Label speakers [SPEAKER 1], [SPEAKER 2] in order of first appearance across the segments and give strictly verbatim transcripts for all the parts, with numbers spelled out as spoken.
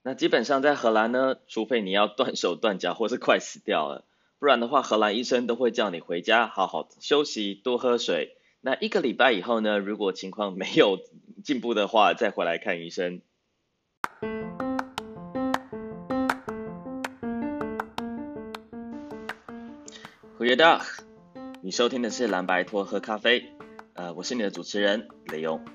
[SPEAKER 1] 那基本上在荷兰呢，除非你要断手断脚或是快死掉了，不然的话，荷兰医生都会叫你回家好好休息，多喝水。那一个礼拜以后呢，如果情况没有进步的话，再回来看医生。Goeiedag，你收听的是蓝白托喝咖啡，呃，我是你的主持人雷勇。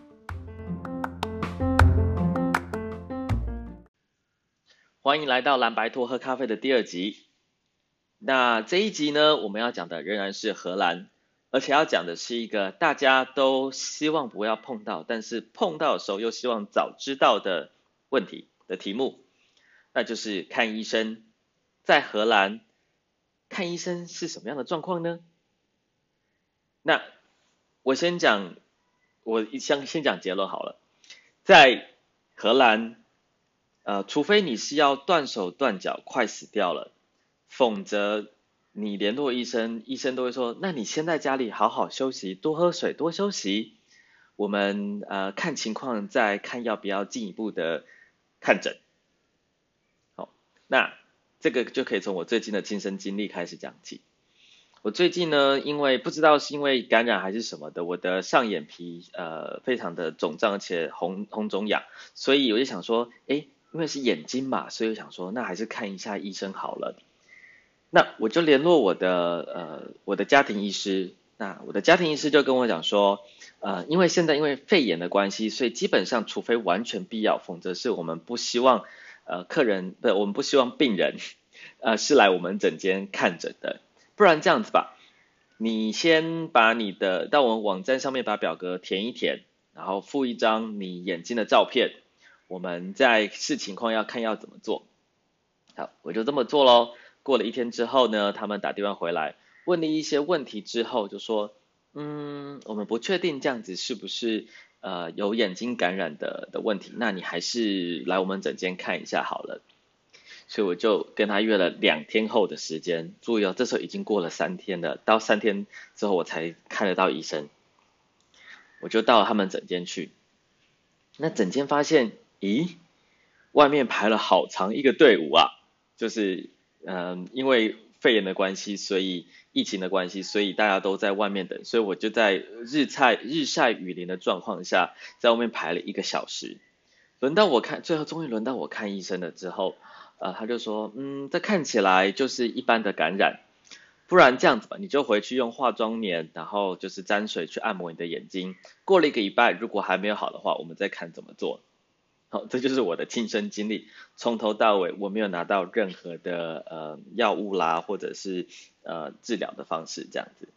[SPEAKER 1] 欢迎来到蓝白托喝咖啡的第二集。那这一集呢，我们要讲的仍然是荷兰，而且要讲的是一个大家都希望不要碰到，但是碰到的时候又希望早知道的问题的题目，那就是看医生。在荷兰看医生是什么样的状况呢？那我先讲，我先先讲结论好了。在荷兰，呃，除非你是要断手断脚快死掉了，否则你联络医生，医生都会说，那你先在家里好好休息，多喝水，多休息。我们呃看情况再看要不要进一步的看诊。好，那这个就可以从我最近的亲身经历开始讲起。我最近呢，因为不知道是因为感染还是什么的，我的上眼皮呃非常的肿胀，而且红红肿痒，所以我就想说，诶，因为是眼睛嘛，所以我想说，那还是看一下医生好了。那我就联络我的呃我的家庭医师，那我的家庭医师就跟我讲说，呃，因为现在因为肺炎的关系，所以基本上除非完全必要，否则是我们不希望呃客人不，我们不希望病人呃是来我们诊间看诊的。不然这样子吧，你先把你的到我们网站上面把表格填一填，然后附一张你眼睛的照片，我们再视情况要看要怎么做。好，我就这么做咯。过了一天之后呢，他们打电话回来，问了一些问题之后，就说，嗯，我们不确定这样子是不是呃有眼睛感染的的问题，那你还是来我们诊间看一下好了。所以我就跟他约了两天后的时间，注意哦，这时候已经过了三天了，到三天之后我才看得到医生，我就到他们诊间去。那诊间发现，咦，外面排了好长一个队伍啊，就是嗯，因为肺炎的关系，所以疫情的关系，所以大家都在外面等，所以我就在日晒日晒雨淋的状况下，在外面排了一个小时。轮到我看，最后终于轮到我看医生了之后，呃，他就说，嗯，这看起来就是一般的感染，不然这样子吧，你就回去用化妆棉，然后就是沾水去按摩你的眼睛，过了一个礼拜，如果还没有好的话，我们再看怎么做。好，这就是我的亲身经历，从头到尾我没有拿到任何的呃药物啦，或者是呃治疗的方式这样子。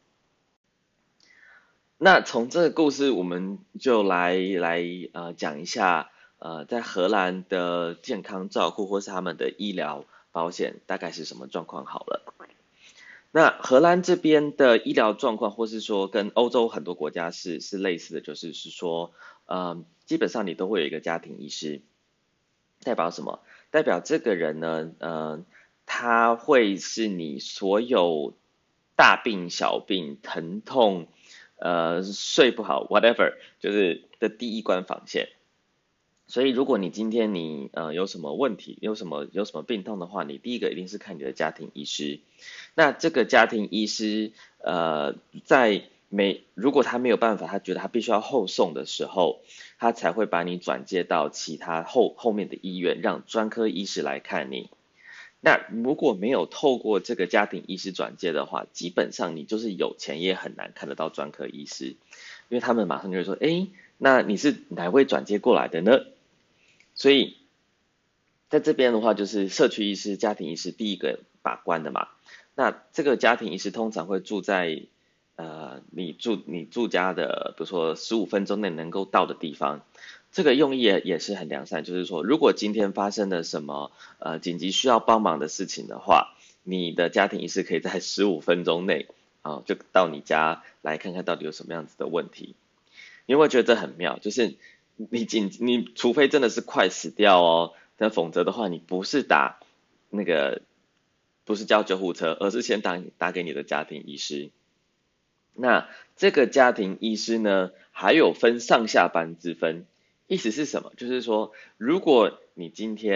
[SPEAKER 1] 那从这个故事，我们就来来呃讲一下呃在荷兰的健康照护或是他们的医疗保险大概是什么状况好了。那荷兰这边的医疗状况，或是说跟欧洲很多国家是是类似的，就是是说，呃，基本上你都会有一个家庭医师，代表什么？代表这个人呢，呃，他会是你所有大病小病、疼痛，呃，睡不好，whatever，就是的第一关防线。所以，如果你今天你呃有什么问题，有什么有什么病痛的话，你第一个一定是看你的家庭医师。那这个家庭医师呃在没如果他没有办法，他觉得他必须要后送的时候，他才会把你转接到其他后后面的医院，让专科医师来看你。那如果没有透过这个家庭医师转接的话，基本上你就是有钱也很难看得到专科医师，因为他们马上就会说，诶，那你是哪位转接过来的呢？所以在这边的话，就是社区医师、家庭医师第一个把关的嘛。那这个家庭医师通常会住在呃你住你住家的，比如说十五分钟内能够到的地方。这个用意也也是很良善，就是说，如果今天发生了什么呃紧急需要帮忙的事情的话，你的家庭医师可以在十五分钟内啊就到你家来看看到底有什么样子的问题。你会不会觉得这很妙？就是你紧，你除非真的是快死掉哦，但否则的话，你不是打那个，不是叫救护车，而是先打打给你的家庭医师。那这个家庭医师呢，还有分上下班之分，意思是什么？就是说，如果你今天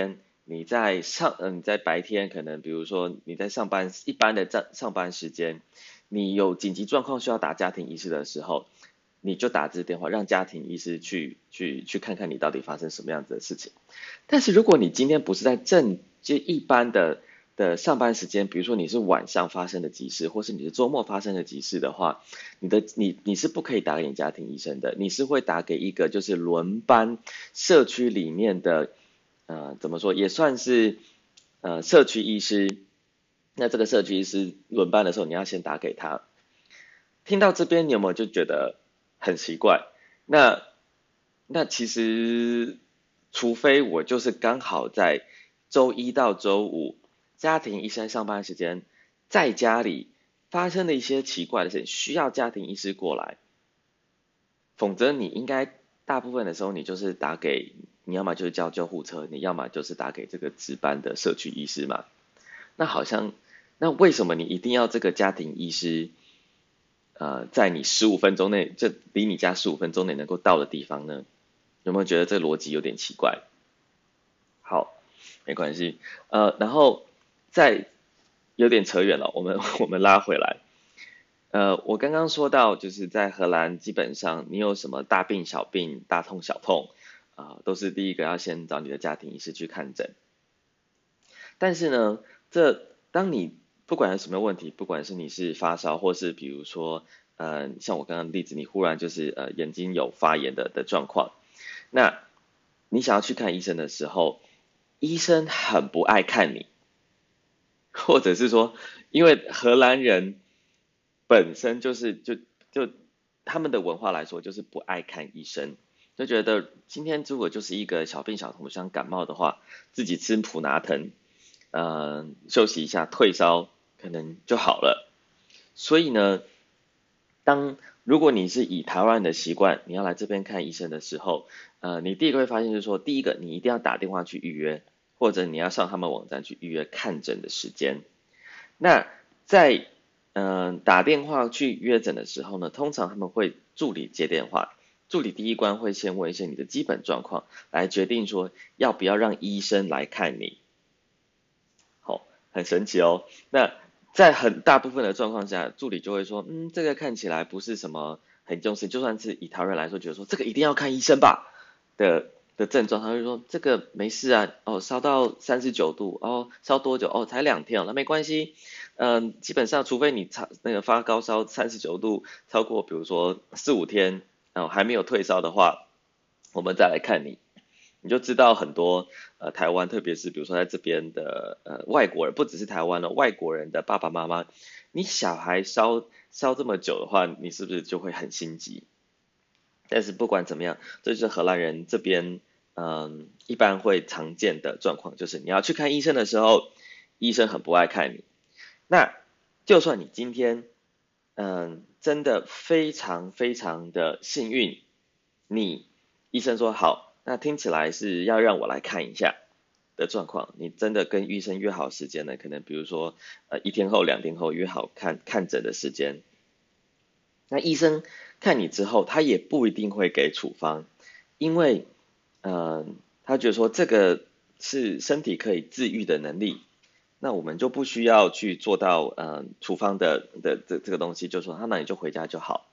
[SPEAKER 1] 你在上，嗯，你在白天可能比如说你在上班一般的上上班时间，你有紧急状况需要打家庭医师的时候，你就打这个电话，让家庭医师去去去看看你到底发生什么样子的事情。但是如果你今天不是在正就一般的的上班时间，比如说你是晚上发生的急事，或是你是周末发生的急事的话，你的你你是不可以打给你家庭医生的，你是会打给一个就是轮班社区里面的呃怎么说也算是呃社区医师。那这个社区医师轮班的时候，你要先打给他。听到这边，你有没有就觉得很奇怪？那那其实，除非我就是刚好在周一到周五家庭医生上班时间，在家里发生了一些奇怪的事情，需要家庭医师过来，否则你应该大部分的时候你就是打给，你要么就是叫救护车，你要么就是打给这个值班的社区医师嘛。那好像，那为什么你一定要这个家庭医师？呃，在你十五分钟内，这离你家十五分钟内能够到的地方呢？有没有觉得这逻辑有点奇怪？好，没关系。呃，然后再有点扯远了，我们我们拉回来。呃，我刚刚说到，就是在荷兰，基本上你有什么大病小病、大痛小痛，啊、呃都是第一个要先找你的家庭医师去看诊。但是呢，这当你不管有什么问题，不管是你是发烧，或是比如说，呃，像我刚刚的例子，你忽然就是呃眼睛有发炎的的状况，那你想要去看医生的时候，医生很不爱看你，或者是说，因为荷兰人本身就是就就他们的文化来说，就是不爱看医生，就觉得今天如果就是一个小病小痛，像感冒的话，自己吃普拿疼，呃，休息一下，退烧可能就好了。所以呢，当如果你是以台湾人的习惯，你要来这边看医生的时候，呃，你第一个会发现就是说，第一个你一定要打电话去预约，或者你要上他们网站去预约看诊的时间。那在嗯、呃打电话去约诊的时候呢，通常他们会助理接电话，助理第一关会先问一些你的基本状况，来决定说要不要让医生来看你。好，很神奇哦。那在很大部分的状况下，助理就会说，嗯，这个看起来不是什么很重视，就算是以台湾人来说，觉得说这个一定要看医生吧的的症状，他会说这个没事啊，哦，烧到三十九度，哦，烧多久？哦，才两天哦，那没关系。嗯，基本上除非你超那个发高烧三十九度超过，比如说四五天，哦，还没有退烧的话，我们再来看你。你就知道很多呃台湾，特别是比如说在这边的呃外国人，不只是台湾了，外国人的爸爸妈妈，你小孩烧烧这么久的话，你是不是就会很心急？但是不管怎么样，这就是荷兰人这边嗯一般会常见的状况，就是你要去看医生的时候，医生很不爱看你。那就算你今天嗯真的非常非常的幸运，你医生说好，那听起来是要让我来看一下的状况，你真的跟医生约好时间了，可能比如说呃一天后、两天后约好看看诊的时间，那医生看你之后，他也不一定会给处方，因为嗯、呃他觉得说这个是身体可以自愈的能力，那我们就不需要去做到呃处方的的这这个东西，就说他那你就回家就好。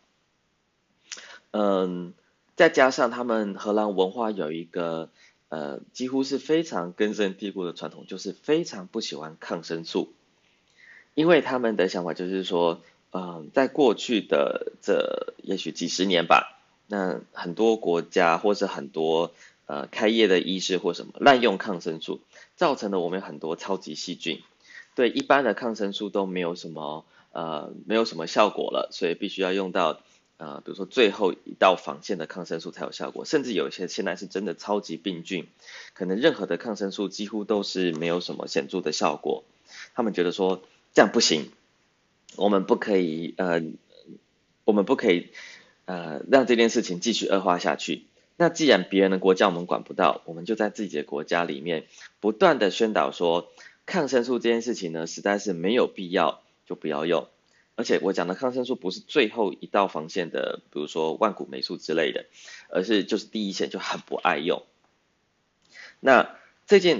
[SPEAKER 1] 嗯，再加上他们荷兰文化有一个呃几乎是非常根深蒂固的传统，就是非常不喜欢抗生素，因为他们的想法就是说，嗯，在过去的这也许几十年吧，那很多国家或是很多呃开业的医师或什么滥用抗生素，造成了我们有很多超级细菌，对一般的抗生素都没有什么呃没有什么效果了，所以必须要用到呃比如说最后一道防线的抗生素才有效果，甚至有一些现在是真的超级病菌，可能任何的抗生素几乎都是没有什么显著的效果，他们觉得说这样不行，我们不可以呃我们不可以呃让这件事情继续恶化下去。那既然别人的国家我们管不到，我们就在自己的国家里面不断的宣导说，抗生素这件事情呢，实在是没有必要，就不要用。而且我讲的抗生素不是最后一道防线的，比如说万古霉素之类的，而是就是第一线就很不爱用。那这件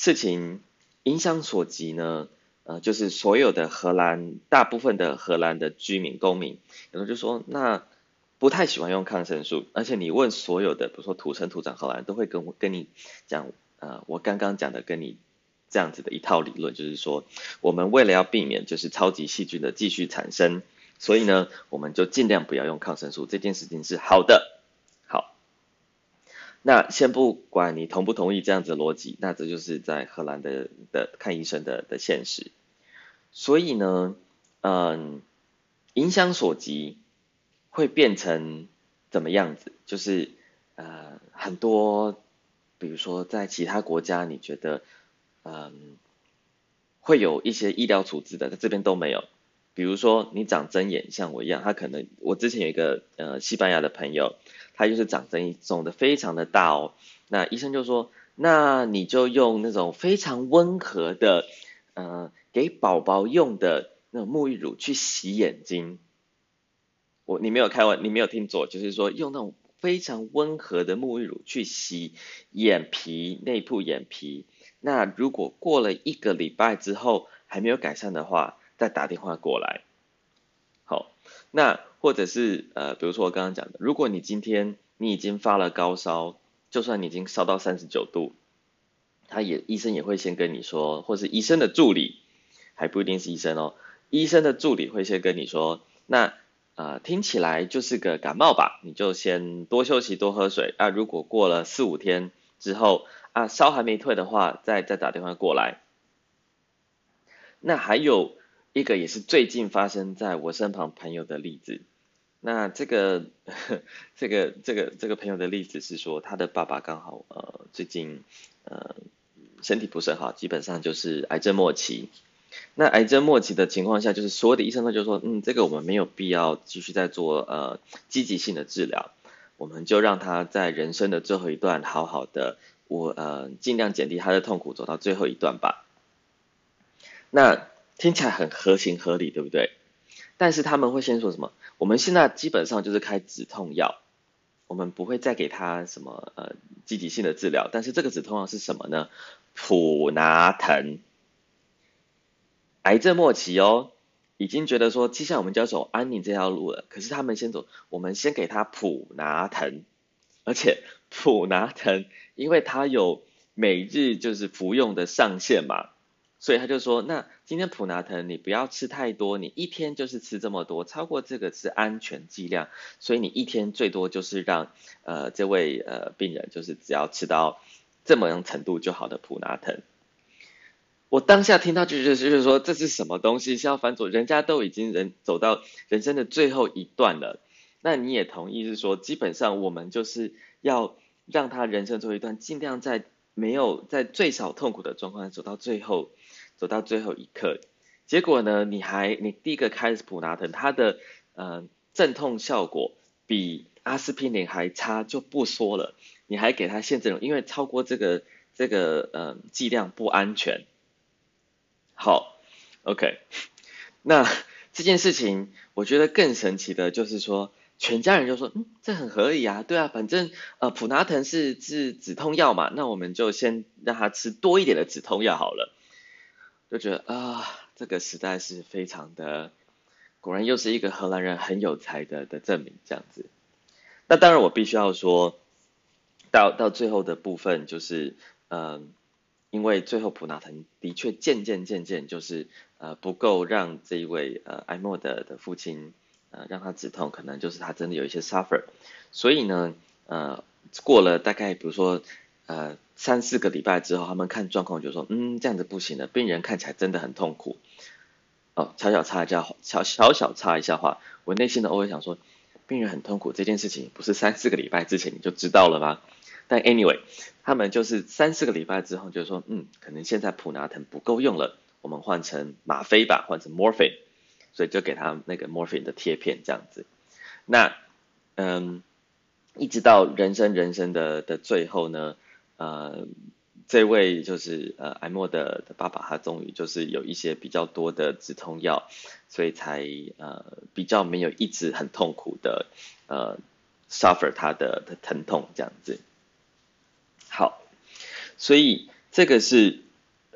[SPEAKER 1] 事情影响所及呢，呃，就是所有的荷兰，大部分的荷兰的居民公民，有人就说，那不太喜欢用抗生素，而且你问所有的，比如说土生土长荷兰人都会跟我跟你讲，呃，我刚刚讲的跟你这样子的一套理论，就是说，我们为了要避免就是超级细菌的继续产生，所以呢，我们就尽量不要用抗生素，这件事情是好的。好，那先不管你同不同意这样子的逻辑，那这就是在荷兰的的看医生的的现实。所以呢，嗯，影响所及会变成怎么样子？就是呃，很多，比如说在其他国家，你觉得嗯会有一些医疗处置的，在这边都没有。比如说你长针眼，像我一样，他可能我之前有一个呃西班牙的朋友，他就是长针眼，肿的非常的大哦。那医生就说，那你就用那种非常温和的呃给宝宝用的那种沐浴乳去洗眼睛。我你没有开玩，你没有听错，就是说用那种非常温和的沐浴乳去洗眼皮、内部眼皮。那如果过了一个礼拜之后还没有改善的话，再打电话过来。好，那或者是呃，比如说我刚刚讲的，如果你今天你已经发了高烧，就算你已经烧到三十九度，他也医生也会先跟你说，或是医生的助理，还不一定是医生哦，医生的助理会先跟你说，那呃听起来就是个感冒吧，你就先多休息多喝水啊，如果过了四五天之后啊烧还没退的话，再再打电话过来。那还有一个也是最近发生在我身旁朋友的例子，那这个这个这个这个朋友的例子是说，他的爸爸刚好呃最近呃身体不是很好，基本上就是癌症末期。那癌症末期的情况下，就是所有的医生都就说，嗯，这个我们没有必要继续再做呃积极性的治疗，我们就让他在人生的最后一段好好的，我呃尽量减低他的痛苦，走到最后一段吧。那听起来很合情合理，对不对？但是他们会先说什么？我们现在基本上就是开止痛药，我们不会再给他什么呃积极性的治疗。但是这个止痛药是什么呢？普拿疼。癌症末期哦，已经觉得说接下来我们就要走安宁这条路了。可是他们先走，我们先给他普拿疼，而且普拿疼，因为它有每日就是服用的上限嘛，所以他就说，那今天普拿疼你不要吃太多，你一天就是吃这么多，超过这个是安全剂量，所以你一天最多就是让呃这位呃病人就是只要吃到这么样程度就好的普拿疼。我当下听到就就是就是说这是什么东西是要翻桌，人家都已经人走到人生的最后一段了，那你也同意是说，基本上我们就是要让他人生最后一段，尽量在没有在最少痛苦的状况下走到最后，走到最后一刻。结果呢，你还你第一个开始普拿疼，它的呃镇痛效果比阿司匹林还差，就不说了，你还给他限制了，因为超过这个这个呃剂量不安全。好，OK，那这件事情我觉得更神奇的就是说，全家人就说，嗯，这很合理啊，对啊，反正呃普拿疼是是止痛药嘛，那我们就先让他吃多一点的止痛药好了，就觉得啊，这个实在是非常的，果然又是一个荷兰人很有才的的证明这样子。那当然我必须要说，到到最后的部分就是，嗯，因为最后普拿疼的确渐渐渐渐就是呃不够让这一位呃埃莫的的父亲呃让他止痛，可能就是他真的有一些 suffer，所以呢呃过了大概比如说呃三四个礼拜之后，他们看状况就说嗯这样子不行了，病人看起来真的很痛苦。哦，小小插一下，小小小插一下话，我内心的偶尔想说，病人很痛苦这件事情，不是三四个礼拜之前你就知道了吗？但 anyway，他们就是三四个礼拜之后就说，嗯，可能现在普拿疼不够用了，我们换成吗啡吧，换成 morphine，所以就给他那个 morphine 的贴片这样子。那嗯，一直到人生人生的的最后呢，呃，这位就是呃埃莫的的爸爸，他终于就是有一些比较多的止痛药，所以才呃比较没有一直很痛苦的呃 suffer 他的的疼痛这样子。好，所以这个是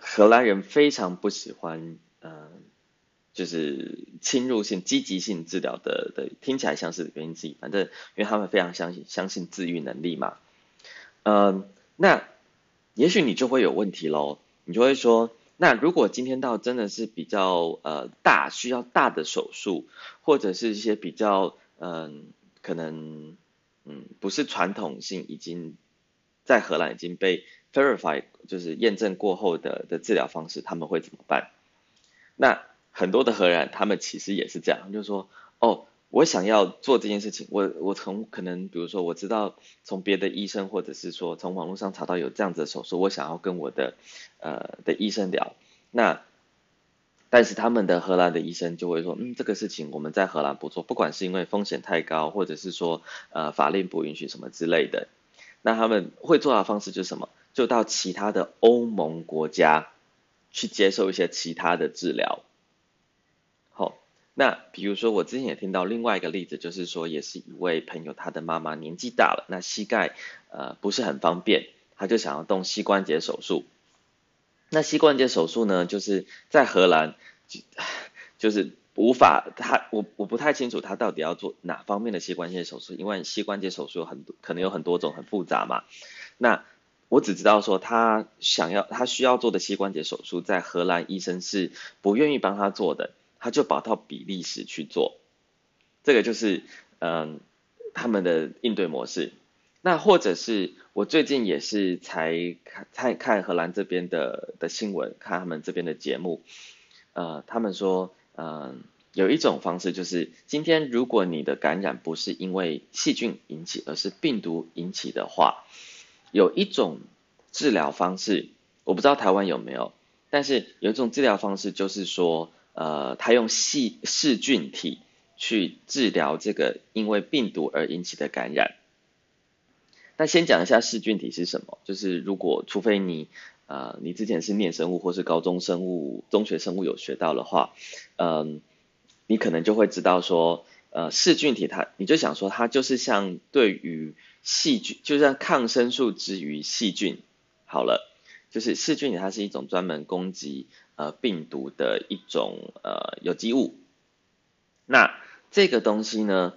[SPEAKER 1] 荷兰人非常不喜欢，呃，就是侵入性、积极性治疗的的，听起来像是原因之一。反正因为他们非常相信相信治愈能力嘛，嗯，那也许你就会有问题喽，你就会说，那如果今天到真的是比较呃大需要大的手术，或者是一些比较嗯、可能嗯不是传统性已经在荷兰已经被 verify 就是验证过后的的治疗方式，他们会怎么办？那很多的荷兰他们其实也是这样，就是说哦。我想要做这件事情，我我从可能比如说我知道从别的医生或者是说从网络上查到有这样子的手术，我想要跟我的呃的医生聊，那但是他们的荷兰的医生就会说，嗯，这个事情我们在荷兰不做，不管是因为风险太高，或者是说呃法令不允许什么之类的，那他们会做的方式就是什么？就到其他的欧盟国家去接受一些其他的治疗。好，那比如说我之前也听到另外一个例子，就是说也是一位朋友，他的妈妈年纪大了，那膝盖呃不是很方便，他就想要动膝关节手术。那膝关节手术呢，就是在荷兰就就是无法，他我我不太清楚他到底要做哪方面的膝关节手术，因为膝关节手术有很多可能有很多种，很复杂嘛。那我只知道说他想要他需要做的膝关节手术，在荷兰医生是不愿意帮他做的，他就跑到比利时去做。这个就是嗯他们的应对模式。那或者是我最近也是才看看看荷兰这边的的新闻，看他们这边的节目，呃，他们说，呃，有一种方式就是，今天如果你的感染不是因为细菌引起，而是病毒引起的话，有一种治疗方式，我不知道台湾有没有，但是有一种治疗方式就是说，呃，他用细噬菌体去治疗这个因为病毒而引起的感染。那先讲一下噬菌体是什么，就是如果除非你呃你之前是念生物或是高中生物、中学生物有学到的话，嗯、你可能就会知道说，呃，噬菌体它，你就想说它就是像对于细菌，就像抗生素之于细菌好了，就是噬菌体它是一种专门攻击呃病毒的一种呃有机物。那这个东西呢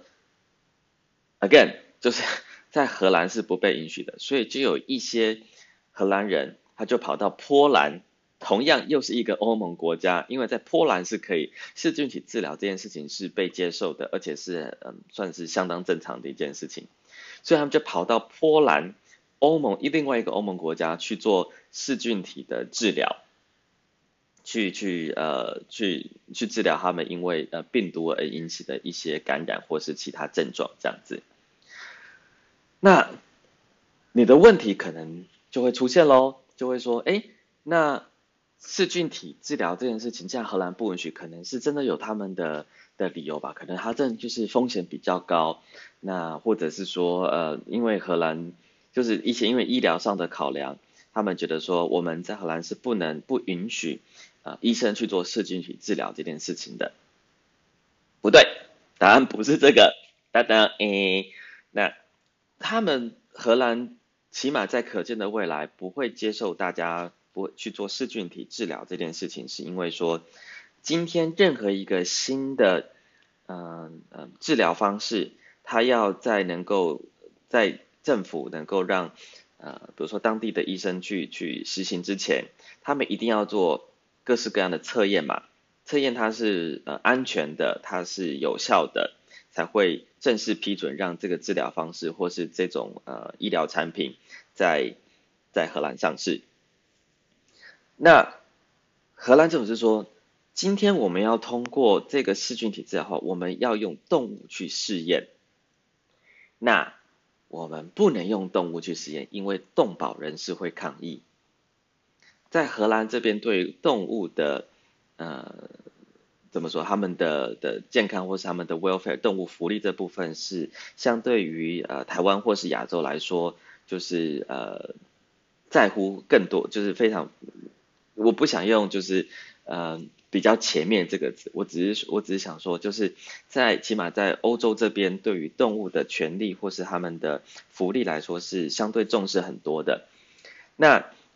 [SPEAKER 1] ，again 就是在荷兰是不被允许的，所以就有一些荷兰人他就跑到波兰，同样又是一个欧盟国家，因为在波兰是可以噬菌体治疗这件事情是被接受的，而且是嗯算是相当正常的一件事情，所以他们就跑到波兰欧盟另外一个欧盟国家去做噬菌体的治疗。去去呃去去治疗他们因为呃病毒而引起的一些感染或是其他症状这样子。那你的问题可能就会出现喽，就会说，哎，那噬菌体治疗这件事情，既然荷兰不允许，可能是真的有他们的的理由吧？可能它真的就是风险比较高，那或者是说，呃，因为荷兰就是一些因为医疗上的考量，他们觉得说我们在荷兰是不能不允许啊、呃医生去做噬菌体治疗这件事情的。不对，答案不是这个。当当，诶，那他们荷兰起码在可见的未来不会接受大家不会去做噬菌体治疗这件事情，是因为说今天任何一个新的嗯呃呃治疗方式，它要在能够在政府能够让呃比如说当地的医生去去实行之前，他们一定要做各式各样的测验嘛。测验它是呃安全的，它是有效的，才会正式批准让这个治疗方式或是这种呃医疗产品在在荷兰上市。那荷兰政府是说，今天我们要通过这个噬菌体治疗后，我们要用动物去试验。那我们不能用动物去实验，因为动保人士会抗议。在荷兰这边对动物的呃怎么说，他们的的健康或是他们的 welfare 动物福利这部分是相对于呃台湾或是亚洲来说，就是呃在乎更多，就是非常，我不想用就是呃比较前面这个字，我只是我只是想说，就是在起码在欧洲这边，对于动物的权利或是他们的福利来说是相对重视很多的。那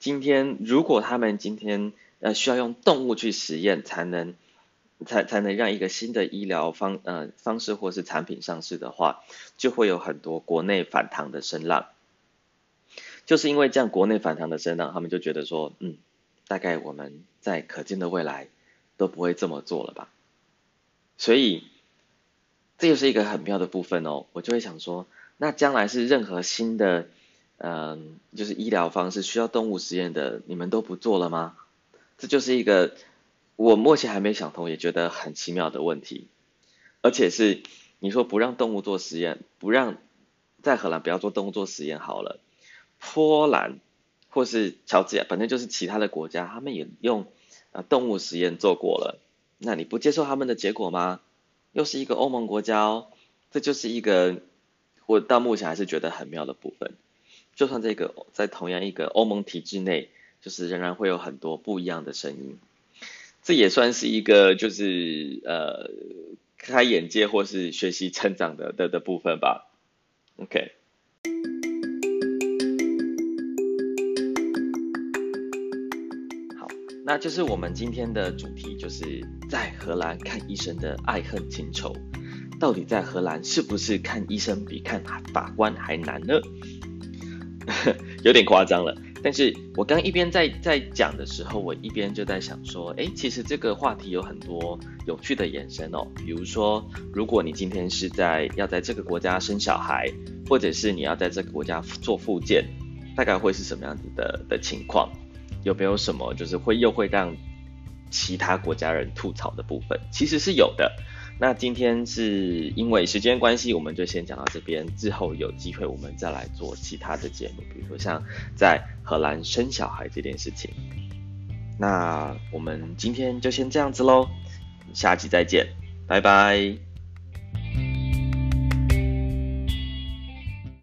[SPEAKER 1] 今天如果他们今天呃需要用动物去实验才能才才能让一个新的医疗方呃方式或是产品上市的话，就会有很多国内反弹的声浪。就是因为这样国内反弹的声浪，他们就觉得说，嗯，大概我们在可见的未来都不会这么做了吧。所以这又是一个很妙的部分哦，我就会想说，那将来是任何新的嗯，就是医疗方式需要动物实验的，你们都不做了吗？这就是一个我目前还没想通，也觉得很奇妙的问题。而且是你说不让动物做实验，不让在荷兰不要做动物做实验好了，波兰或是乔治亚，反正就是其他的国家，他们也用啊动物实验做过了，那你不接受他们的结果吗？又是一个欧盟国家哦，这就是一个我到目前还是觉得很妙的部分。就算这个在同样一个欧盟体制内，就是仍然会有很多不一样的声音。这也算是一个就是呃开眼界或是学习成长的的的部分吧。OK， 好，那就是我们今天的主题，就是在荷兰看医生的爱恨情仇。到底在荷兰是不是看医生比看法官还难呢？有点夸张了，但是我刚一边在在讲的时候，我一边就在想说，诶，其实这个话题有很多有趣的延伸哦。比如说，如果你今天是在要在这个国家生小孩，或者是你要在这个国家做复健，大概会是什么样子的的情况？有没有什么就是会又会让其他国家人吐槽的部分？其实是有的。那今天是因为时间关系，我们就先讲到这边，之后有机会我们再来做其他的节目，比如说像在荷兰生小孩这件事情。那我们今天就先这样子咯，下集再见，拜拜。